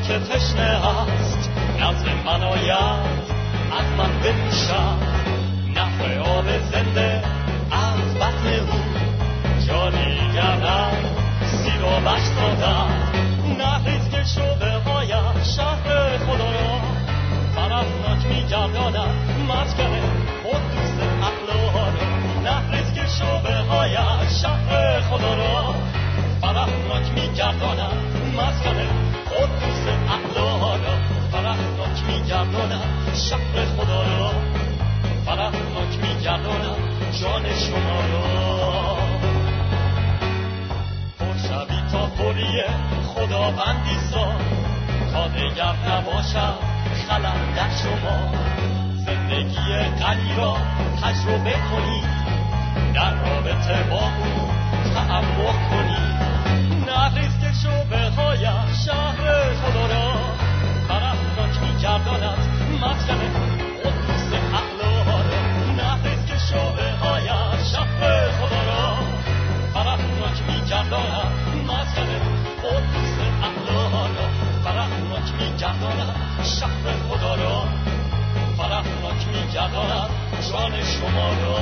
که تشنه است نزد من آید از من بنوشد نهر آب زنده از بطن او جاری گردد سیر و بشت دادد نهریست که شعبه هایش شهر خدا را فرحناک می‌گرداند مسکن قدوس اقلا را نهریست که شعبه هایش شهر خدا را فرحناک می‌گرداند مسکن قدوس اقلا را فرحناک می‌گرداند شهر خدا را فرحناک می‌گرداند جان شما را پرشوی تا پریه خداوندی ساد تا دیگر نباشد خلل در شما زندگی غنی را تجربه کنید در رابطه با او تعمق کنید نهریست که شعبه هایش شهر خدا را فرحناک می‌گرداند مسکن قدوس اقلا را نهریست که شعبه هایش شهر خدا را فرحناک می‌گرداند مسکن قدوس اقلا را فرحناک می‌گرداند شهر خدا را فرحناک می‌گرداند جان شما را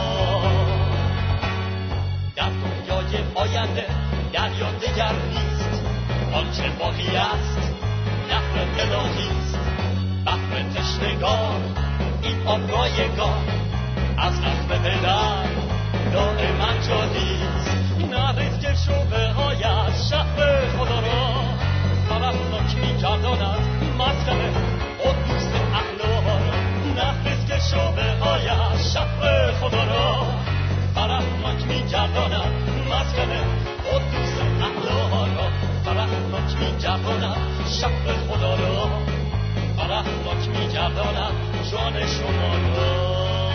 در دنیای آینده دریا دگر نیست آنچه باقی است نهر الهی است بحر تشنگان این آب رایگان از نهر پدر دائما جاری است نهریست که شعبه هایش شهر خدا را فرحناک می‌گرداند مسکن قدوس اقلا را نهریست که شعبه هایش شهر خدا را فرحناک می‌گرداند مسکن قدوس اقلا را فرحناک می‌گرداند شهر خدا را فرحناک می‌گرداند جان شما را.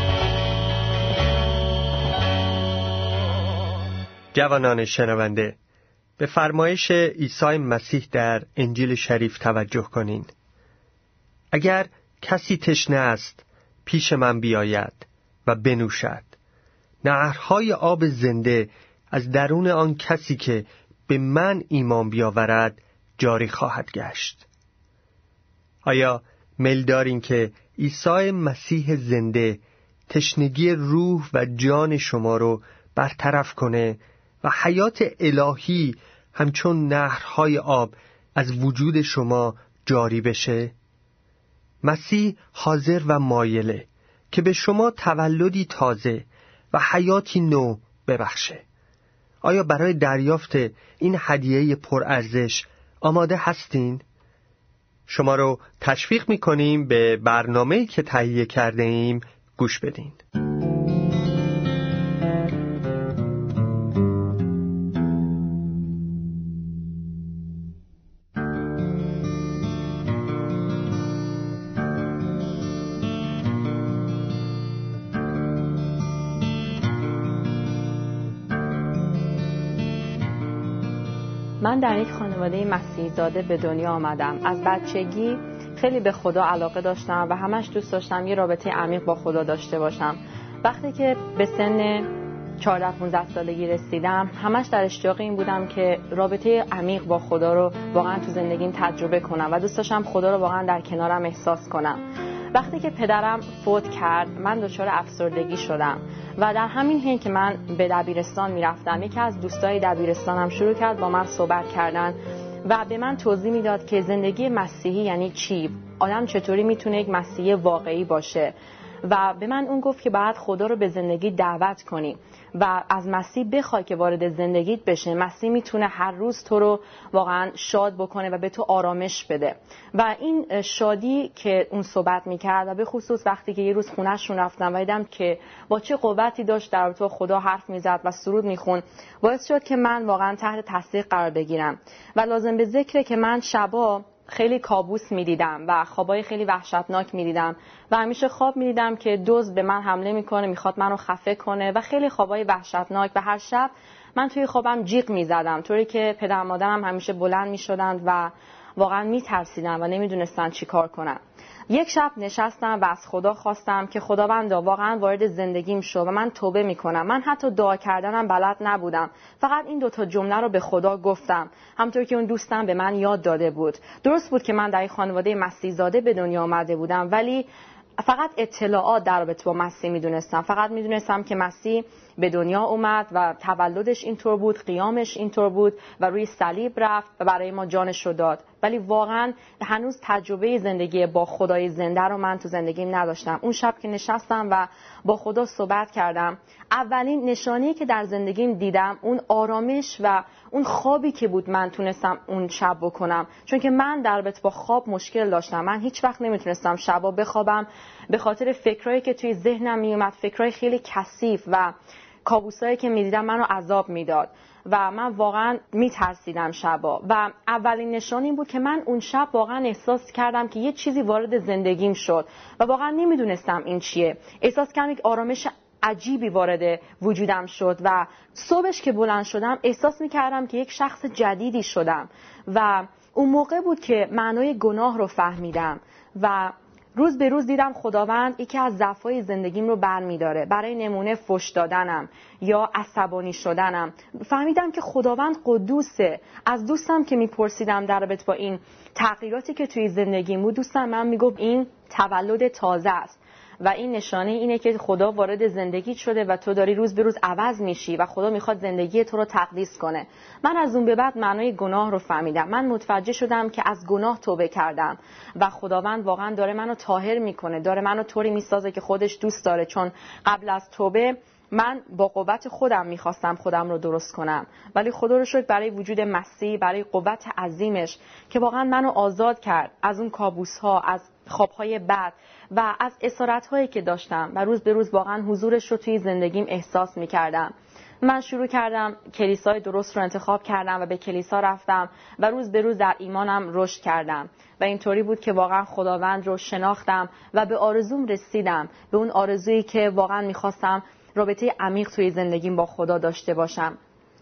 جوانان شنونده، به فرمایش عیسی مسیح در انجیل شریف توجه کنین. اگر کسی تشنه است پیش من بیاید و بنوشد نهرهای آب زنده از درون آن کسی که به من ایمان بیاورد جاری خواهد گشت. آیا میل دارین که عیسی مسیح زنده تشنگی روح و جان شما رو برطرف کنه و حیات الهی همچون نهرهای آب از وجود شما جاری بشه؟ مسیح حاضر و مایله که به شما تولدی تازه و حیاتی نو ببخشه. آیا برای دریافت این هدیه پرارزش آماده هستین؟ شما رو تشویق می‌کنیم به برنامه‌ای که تهیه کرده ایم گوش بدین. من در یک خانواده مسیحی زاده به دنیا آمدم. از بچگی خیلی به خدا علاقه داشتم و همش دوست داشتم یه رابطه عمیق با خدا داشته باشم. وقتی که به سن 14-15 سالگی رسیدم همش در اشتیاق این بودم که رابطه عمیق با خدا رو واقعا تو زندگیم تجربه کنم و دوست داشتم خدا رو واقعا در کنارم احساس کنم. وقتی که پدرم فوت کرد من دچار افسردگی شدم و در همین حین که من به دبیرستان میرفتم یکی از دوستای دبیرستانم شروع کرد با من صحبت کردن و به من توضیح میداد که زندگی مسیحی یعنی چی، آدم چطوری میتونه یک مسیحی واقعی باشه و به من اون گفت که باید خدا رو به زندگی دعوت کنی و از مسیح بخوای که وارد زندگیت بشه. مسیح میتونه هر روز تو رو واقعا شاد بکنه و به تو آرامش بده. و این شادی که اون صحبت میکرد و به خصوص وقتی که یه روز خونه‌شون رفتم و دیدم که با چه قوتی داشت در تو خدا حرف میزد و سرود میخون، باعث شد که من واقعا تحت تاثیر قرار بگیرم. و لازم به ذکره که من شبا خیلی کابوس می‌دیدم و خوابای خیلی وحشتناک می‌دیدم و همیشه خواب می‌دیدم که دزد به من حمله می‌کنه، می‌خواد منو خفه کنه و خیلی خوابای وحشتناک. و هر شب من توی خوابم جیغ می‌زدم، طوری که پدر مادرم همیشه بلند می‌شدند و واقعا میترسیدن و نمیدونستن چی کار کنن. یک شب نشستم و از خدا خواستم که خداوندا واقعا وارد زندگیم شو و من توبه میکنم. من حتی دعا کردنم بلد نبودم، فقط این 2 جمله رو به خدا گفتم، همونطور که اون دوستم به من یاد داده بود. درست بود که من در خانواده مسیح زاده به دنیا آمده بودم، ولی فقط اطلاعات در رابطه با مسیح میدونستم. فقط میدونستم که مسیح به دنیا اومد و تولدش اینطور بود، قیامش اینطور بود و روی صلیب رفت و برای ما جانش رو داد. ولی واقعا هنوز تجربه زندگی با خدای زنده رو من تو زندگیم نداشتم. اون شب که نشستم و با خدا صحبت کردم، اولین نشانه‌ای که در زندگیم دیدم اون آرامش و اون خوابی که بود من تونستم اون شب بکنم. چون که من در رابطه با خواب مشکل داشتم. من هیچ وقت نمیتونستم شبا بخوابم به خاطر فکرایی که توی ذهنم میومد، فکرای خیلی کثیف و کابوسایی که میدیدم منو عذاب میداد و من واقعا میترسیدم شبا. و اولین نشان این بود که من اون شب واقعا احساس کردم که یه چیزی وارد زندگیم شد و واقعا نمیدونستم این چیه. احساس کردم یک آرامش عجیبی وارد وجودم شد و صبحش که بلند شدم احساس میکردم که یک شخص جدیدی شدم و اون موقع بود که معنای گناه رو فهمیدم و روز به روز دیدم خداوند یکی از ضعف‌های زندگیم رو برمی‌داره. برای نمونه فحش دادنم یا عصبانی شدنم. فهمیدم که خداوند قدوسه. از دوستم که میپرسیدم در رابطه با این تغییراتی که توی زندگیم بود، دوستم من میگفت این تولد تازه است و این نشانه اینه که خدا وارد زندگیت شده و تو داری روز به روز عوض میشی و خدا میخواد زندگی تو رو تقدیس کنه. من از اون به بعد معنای گناه رو فهمیدم. من متوجه شدم که از گناه توبه کردم و خداوند واقعا داره منو طاهر میکنه، داره منو طوری میسازه که خودش دوست داره. چون قبل از توبه من با قوت خودم میخواستم خودم رو درست کنم، ولی خدا رو شکر برای وجود مسیح، برای قوت عظیمش که واقعا منو آزاد کرد از اون کابوس‌ها، از خواب‌های بد و از اسارت‌هایی که داشتم و روز به روز واقعا حضورش رو توی زندگیم احساس می‌کردم. من شروع کردم کلیسای درست رو انتخاب کردم و به کلیسا رفتم و روز به روز در ایمانم رشد کردم و اینطوری بود که واقعا خداوند رو شناختم و به آرزوم رسیدم، به اون آرزویی که واقعا می‌خواستم رابطه عمیق توی زندگیم با خدا داشته باشم.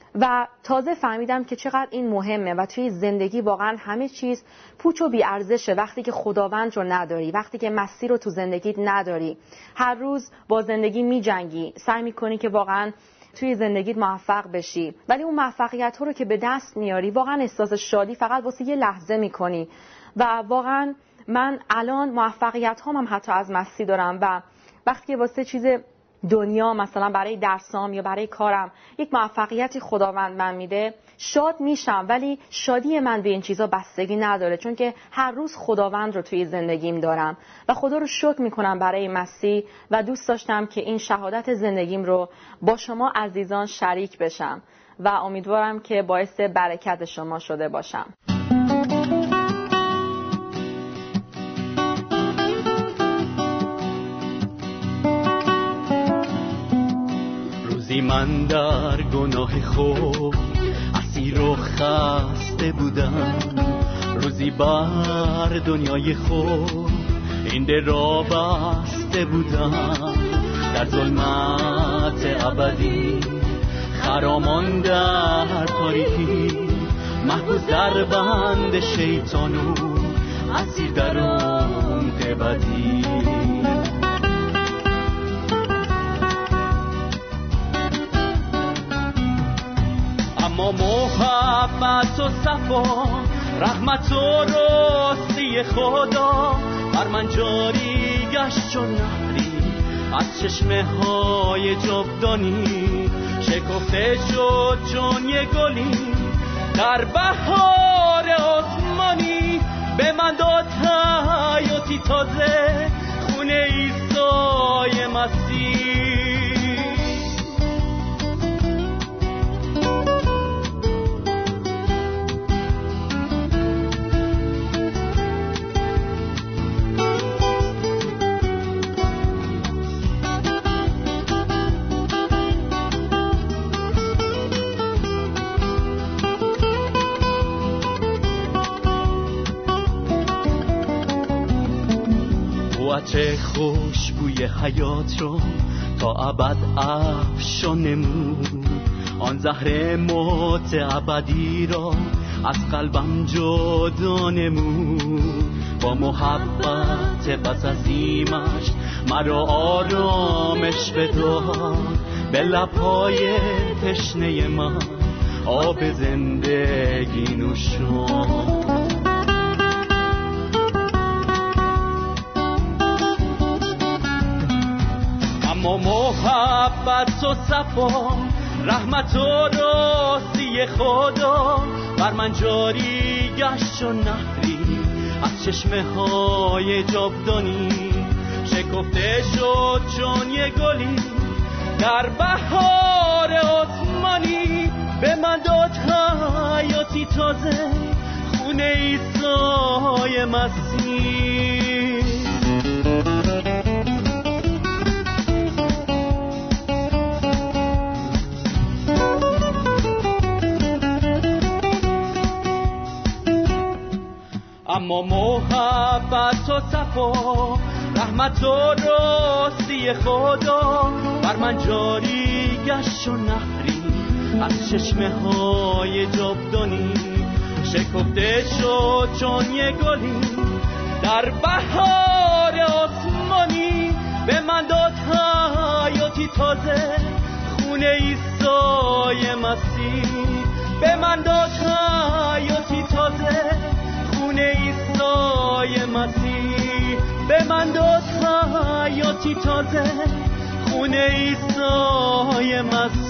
و تازه فهمیدم که چقدر این مهمه و توی زندگی واقعا همه چیز پوچ و بی‌ارزشه وقتی که خداوند رو نداری، وقتی که مسیح رو تو زندگیت نداری. هر روز با زندگی می‌جنگی، سعی می‌کنی که واقعا توی زندگیت موفق بشی، ولی اون موفقیت ها رو که به دست میاری واقعا احساس شادی فقط واسه یه لحظه می‌کنی. و واقعا من الان موفقیت هام هم حتی از مسیح دارم و وقتی که واسه چیز دنیا، مثلا برای درسام یا برای کارم یک موفقیتی خداوند من میده، شاد میشم، ولی شادی من به این چیزا بستگی نداره، چون که هر روز خداوند رو توی زندگیم دارم و خدا رو شکر میکنم برای مسیح و دوست داشتم که این شهادت زندگیم رو با شما عزیزان شریک بشم و امیدوارم که باعث برکت شما شده باشم. من در گناه خود اسیر و خسته بودم، روزی بر دنیای خود این در را بسته بودم، در ظلمت ابدی خرامان در تاریکی، محبوس در بند شیطانو اسیر در عمق ابدی. اما محبت و صفا، رحمت و راستی خدا بر من جاری گشت چون نهری از چشمه های جاودانی، شکفته شد چون یه گلی در بهار آسمانی، به من داد حیاتی تازه خون عیسی مسیح. قوت خوشبوی حیات رو تا ابد افشان نمود، آن زهر موت ابدی را از قلبم جدا نمود. با محبت پس عظیمش مرا آرامش بداد. به لب‌های تشنه من آب زندگی نوشان. اما محبت و صفا، رحمت و راستی خدا بر من جاری گشت و نهری از چشمه های جاودانی. شکفته شد چون یه گلی در بهار آسمانی. به من داد حیاتی تازه خون عیسی مسیح. اما محبت و صفا، رحمت و راستی خدا بر من جاری گشت و نهری از چشمه های جاودانی. شکفته شد چون یه گلی در بهار آسمانی. به من داد حیاتی تازه خون عیسی مسیح. به من داد حیاتی تازه خون عیسی مسیح. به من داد حیاتی تازه خون عیسی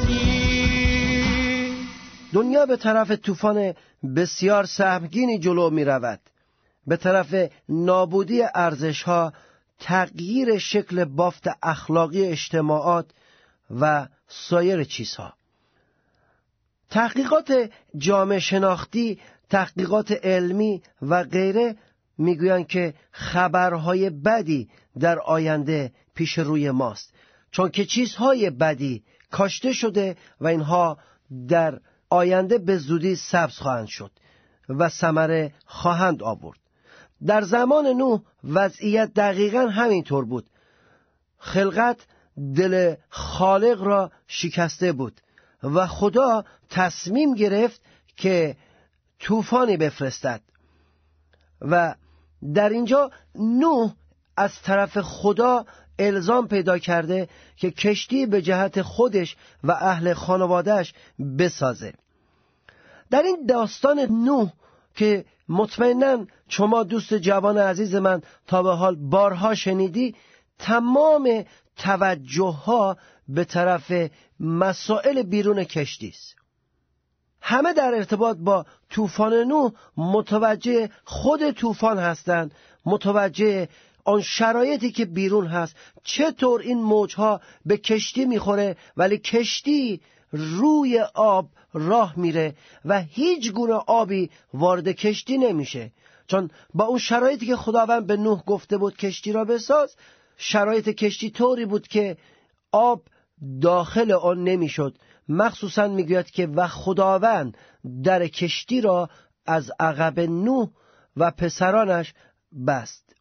مسیح. دنیا به طرف طوفان بسیار سهمگینی جلو می رود. به طرف نابودی ارزش‌ها، تغییر شکل بافت اخلاقی اجتماعات و سایر چیزها. تحقیقات جامعه شناختی، تحقیقات علمی و غیره میگویند که خبرهای بدی در آینده پیش روی ماست، چون که چیزهای بدی کاشته شده و اینها در آینده به زودی سبز خواهند شد و ثمره خواهند آورد. در زمان نوح وضعیت دقیقاً همینطور بود. خلقت دل خالق را شکسته بود و خدا تصمیم گرفت که طوفانی بفرستد و در اینجا نوح از طرف خدا الزام پیدا کرده که کشتی به جهت خودش و اهل خانوادهش بسازه. در این داستان نوح که مطمئناً شما دوست جوان عزیز من تا به حال بارها شنیدی، تمام توجه ها به طرف مسائل بیرون کشتی است. همه در ارتباط با طوفان نوح متوجه خود طوفان هستند، متوجه آن شرایطی که بیرون هست، چطور این موجها به کشتی میخوره ولی کشتی روی آب راه میره و هیچ گونه آبی وارد کشتی نمیشه، چون با اون شرایطی که خداوند به نوح گفته بود کشتی را بساز، شرایط کشتی طوری بود که آب داخل آن نمیشد. مخصوصا میگوید که و خداوند در کشتی را از عقب نوح و پسرانش بست.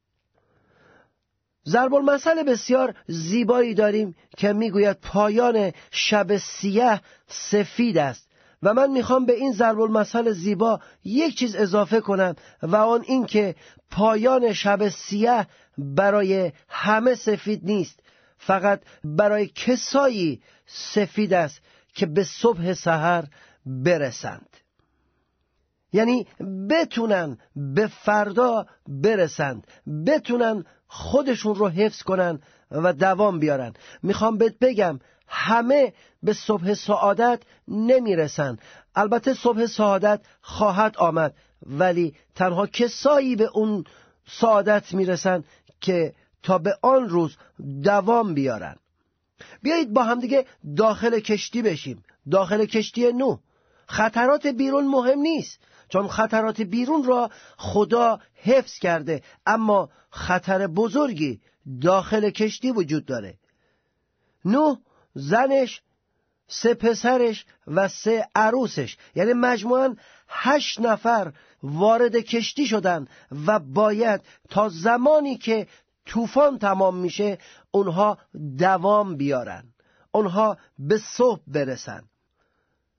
ضرب المثل بسیار زیبایی داریم که میگوید پایان شب سیاه سفید است و من میخوام به این ضرب المثل زیبا یک چیز اضافه کنم و آن این که پایان شب سیاه برای همه سفید نیست، فقط برای کسایی سفید است که به صبح سحر برسند، یعنی بتونن به فردا برسند، بتونن خودشون رو حفظ کنن و دوام بیارن. میخوام بهت بگم همه به صبح سعادت نمیرسن، البته صبح سعادت خواهد آمد، ولی تنها کسایی به اون سعادت میرسن که تا به آن روز دوام بیارن. بیایید با هم دیگه داخل کشتی بشیم، داخل کشتی نوح. خطرات بیرون مهم نیست، چون خطرات بیرون را خدا حفظ کرده، اما خطر بزرگی داخل کشتی وجود داره. نوح، زنش، 3 پسرش و 3 عروسش، یعنی مجموعاً 8 نفر وارد کشتی شدن و باید تا زمانی که طوفان تمام میشه اونها دوام بیارن، اونها به صبح برسن.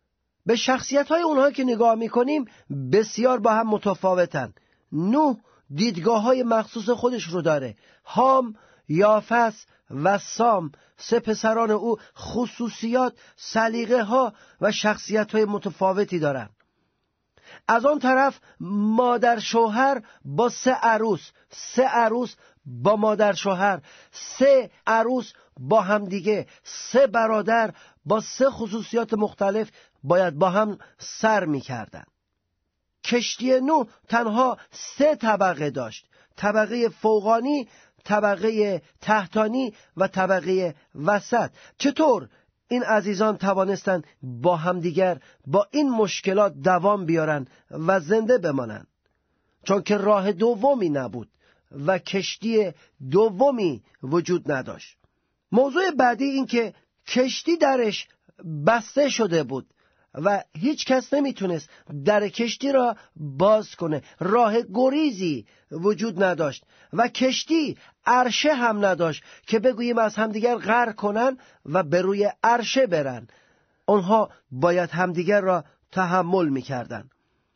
به شخصیت‌های اونها که نگاه می‌کنیم بسیار با هم متفاوتن. نوح دیدگاه‌های مخصوص خودش رو داره. هام، یافس و سام، سه پسران او خصوصیات، سلیقه‌ها و شخصیت‌های متفاوتی دارن. از آن طرف مادر شوهر با سه عروس با مادر شوهر، سه عروس با هم دیگه، سه برادر با سه خصوصیات مختلف باید با هم سر می‌کردن. کشتی نوح تنها سه طبقه داشت: طبقه فوقانی، طبقه تحتانی و طبقه وسط. چطور این عزیزان توانستند با همدیگر با این مشکلات دوام بیارن و زنده بمانند؟ چون که راه دومی نبود و کشتی دومی وجود نداشت. موضوع بعدی این که کشتی درش بسته شده بود و هیچ کس نمیتونست در کشتی را باز کنه. راه گریزی وجود نداشت و کشتی عرشه هم نداشت که بگوییم از همدیگر غرق کنن و به روی عرشه برن. آنها باید همدیگر را تحمل میکردن.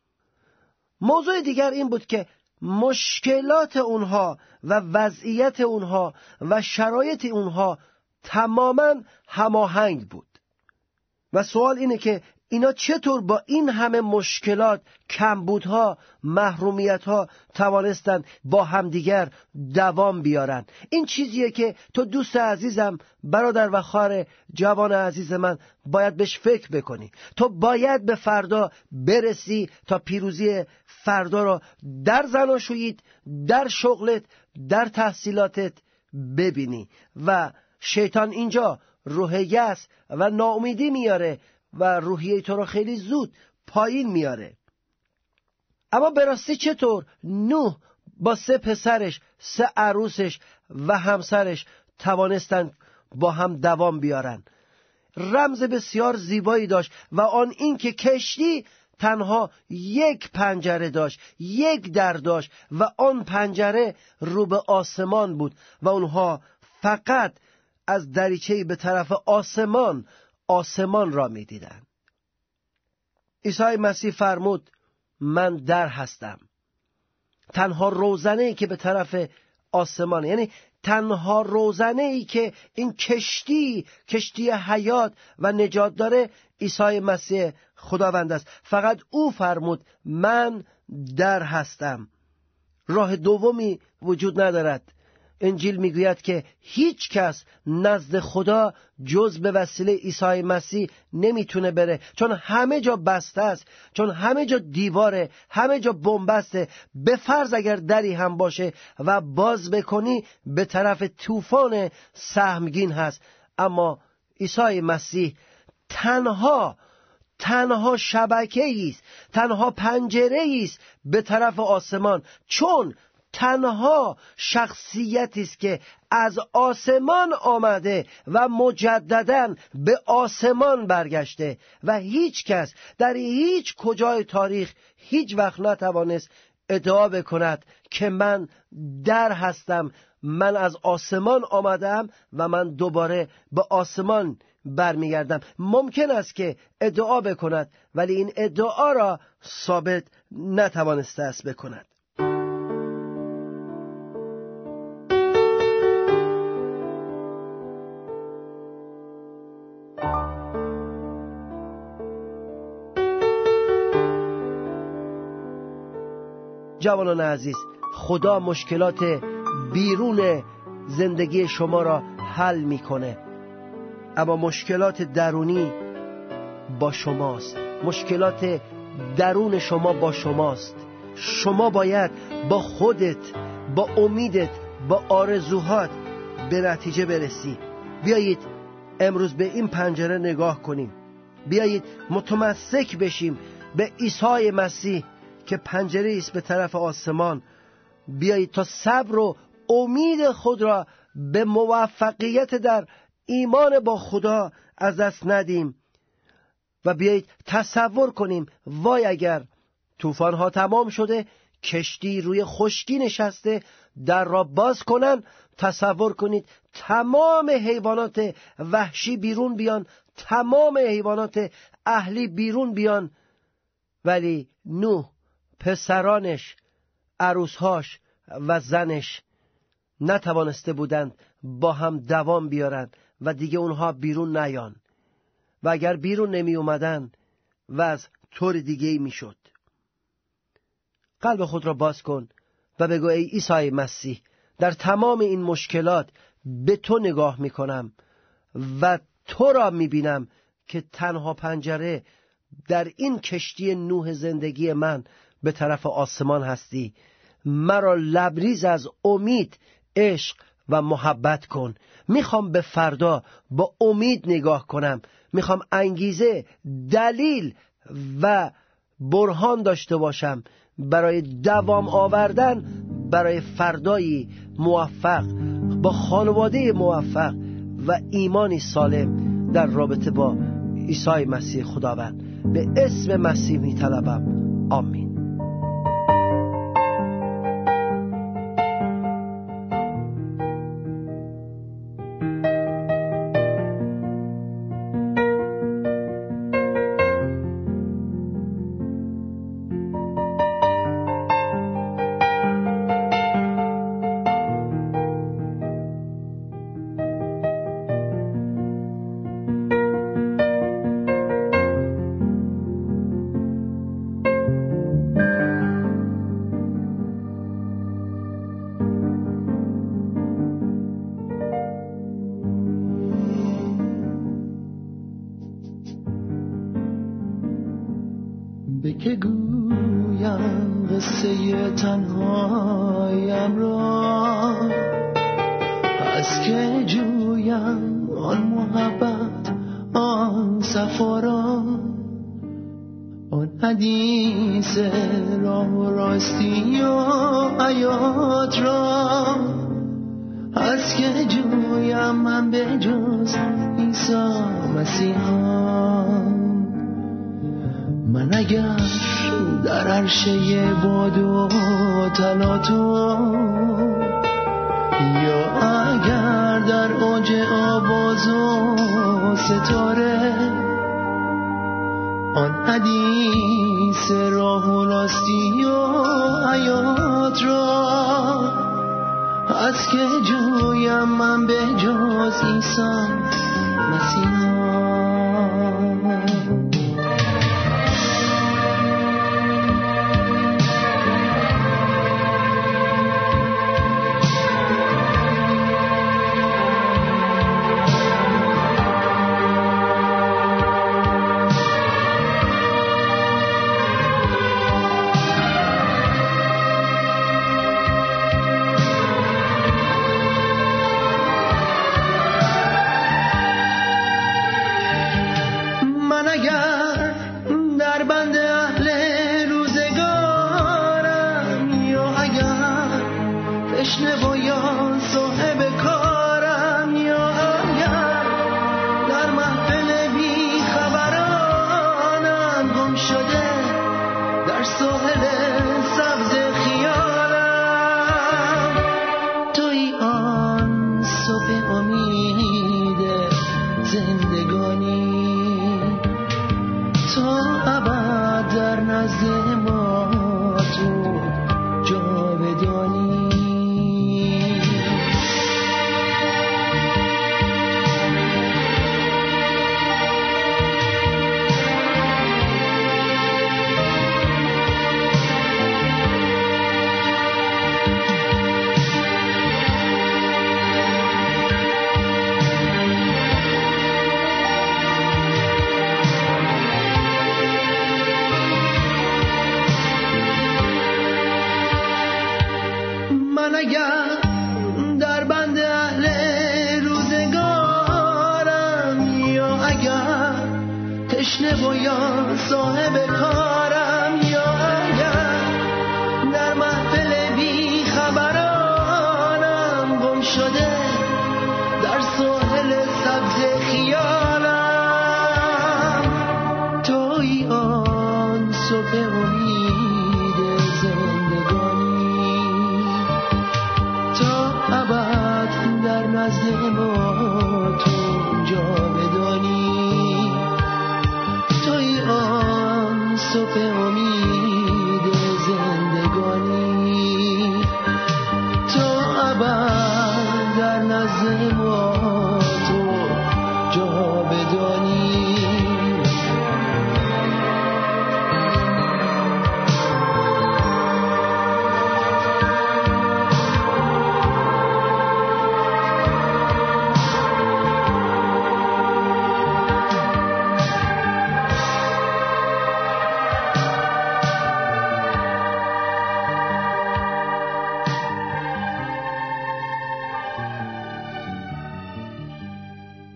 موضوع دیگر این بود که مشکلات اونها و وضعیت اونها و شرایط اونها تماماً هماهنگ بود. و سوال اینه که اینا چطور با این همه مشکلات، کمبودها، محرومیتها توانستن با همدیگر دوام بیارن؟ این چیزیه که تو دوست عزیزم، برادر و خواهر جوان عزیز من باید بهش فکر بکنی. تو باید به فردا برسی تا پیروزی فردا را در زناشوییت، در شغلت، در تحصیلاتت ببینی. و شیطان اینجا روح یأس و ناامیدی میاره و روحیه تو رو خیلی زود پایین میاره. اما به راستی چطور نوح با سه پسرش، سه عروسش و همسرش توانستن با هم دوام بیارن؟ رمز بسیار زیبایی داشت و آن این که کشتی تنها یک پنجره داشت، یک در داشت و آن پنجره رو به آسمان بود و اونها فقط از دریچه‌ای به طرف آسمان را می دیدن. عیسی مسیح فرمود من در هستم. تنها روزنه‌ای که به طرف آسمان، یعنی تنها روزنه‌ای که این کشتی حیات و نجات داره، عیسی مسیح خداوند است. فقط او فرمود من در هستم. راه دومی وجود ندارد. انجیل میگوید که هیچ کس نزد خدا جز به وسیله عیسی مسیح نمیتونه بره، چون همه جا بسته است، چون همه جا دیواره، همه جا بنبسته. به فرض اگر دری هم باشه و باز بکنی به طرف طوفان سهمگین هست. اما عیسی مسیح تنها شبکه‌ای است، تنها پنجره‌ای است به طرف آسمان، چون تنها شخصیتی است که از آسمان آمده و مجدداً به آسمان برگشته و هیچ کس در هیچ کجای تاریخ هیچ وقت نتوانست ادعا بکند که من در هستم، من از آسمان آمدم و من دوباره به آسمان برمیگردم. ممکن است که ادعا بکند ولی این ادعا را ثابت نتوانسته است بکند. جوانان عزیز، خدا مشکلات بیرون زندگی شما را حل میکنه، اما مشکلات درونی با شماست. مشکلات درون شما با شماست. شما باید با خودت، با امیدت، با آرزوهات به نتیجه برسی. بیایید امروز به این پنجره نگاه کنیم. بیایید متمسک بشیم به عیسی مسیح که پنجره است به طرف آسمان. بیایید تا صبر و امید خود را به موفقیت در ایمان با خدا از دست ندیم و بیایید تصور کنیم وای اگر طوفان‌ها تمام شده، کشتی روی خشکی نشسته، در را باز کنن، تصور کنید تمام حیوانات وحشی بیرون بیان، تمام حیوانات اهلی بیرون بیان، ولی نوح، پسرانش، عروسهاش و زنش نتوانسته بودند با هم دوام بیارن و دیگه اونها بیرون نیان و اگر بیرون نمی اومدن وضع طور دیگه ای می شد. قلب خود را باز کن و بگو ای عیسی مسیح، در تمام این مشکلات به تو نگاه می کنم و تو را می بینم که تنها پنجره در این کشتی نوح زندگی من به طرف آسمان هستی. مرا لبریز از امید، عشق و محبت کن. میخوام به فردا با امید نگاه کنم. میخوام انگیزه، دلیل و برهان داشته باشم برای دوام آوردن، برای فردایی موفق، با خانواده موفق و ایمانی سالم در رابطه با عیسی مسیح خداوند. به اسم مسیح میطلبم، آمین. که گویم قصه تنهایم را، از که جویم آن محبت، آن صفا را، آن حدیث راه و راستی و حیات را، از که جویم من به جز عیسی مسیحا. من اگر در عرشه باد و تلاطم، یا اگر در اوج آواز و ستاره، آن حدیث راه و راستی و حیات را، از که جویم من به جز عیسی مسیحا. تو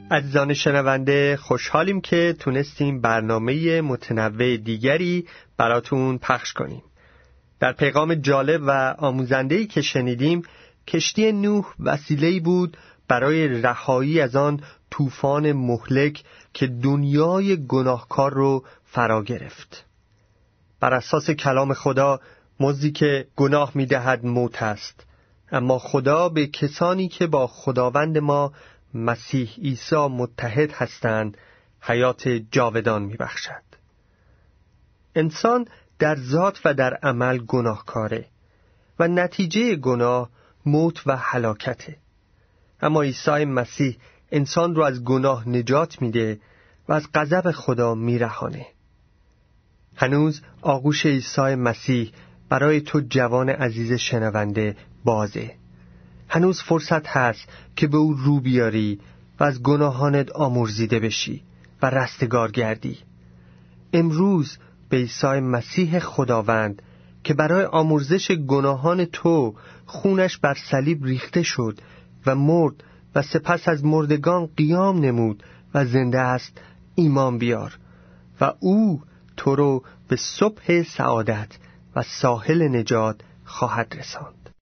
عزیزان شنونده، خوشحالیم که تونستیم برنامه متنوع دیگری براتون پخش کنیم. در پیغام جالب و آموزنده‌ای که شنیدیم، کشتی نوح وسیله‌ای بود برای رهایی از آن طوفان مهلک که دنیای گناهکار رو فرا گرفت. بر اساس کلام خدا، مزدی که گناه می‌دهد موت است، اما خدا به کسانی که با خداوند ما مسیح عیسی متحد هستند حیات جاودان می‌بخشد. انسان در ذات و در عمل گناهکاره و نتیجه گناه موت و هلاکته. اما عیسی مسیح انسان رو از گناه نجات میده و از غضب خدا میرهانه. هنوز آغوش عیسی مسیح برای تو جوان عزیز شنونده بازه. هنوز فرصت هست که به او رو بیاری و از گناهانت آمرزیده بشی و رستگار گردی. امروز به عیسی مسیح خداوند که برای آمرزش گناهان تو خونش بر صلیب ریخته شد و مرد و سپس از مردگان قیام نمود و زنده است ایمان بیار و او تو رو به صبح سعادت و ساحل نجات خواهد رساند.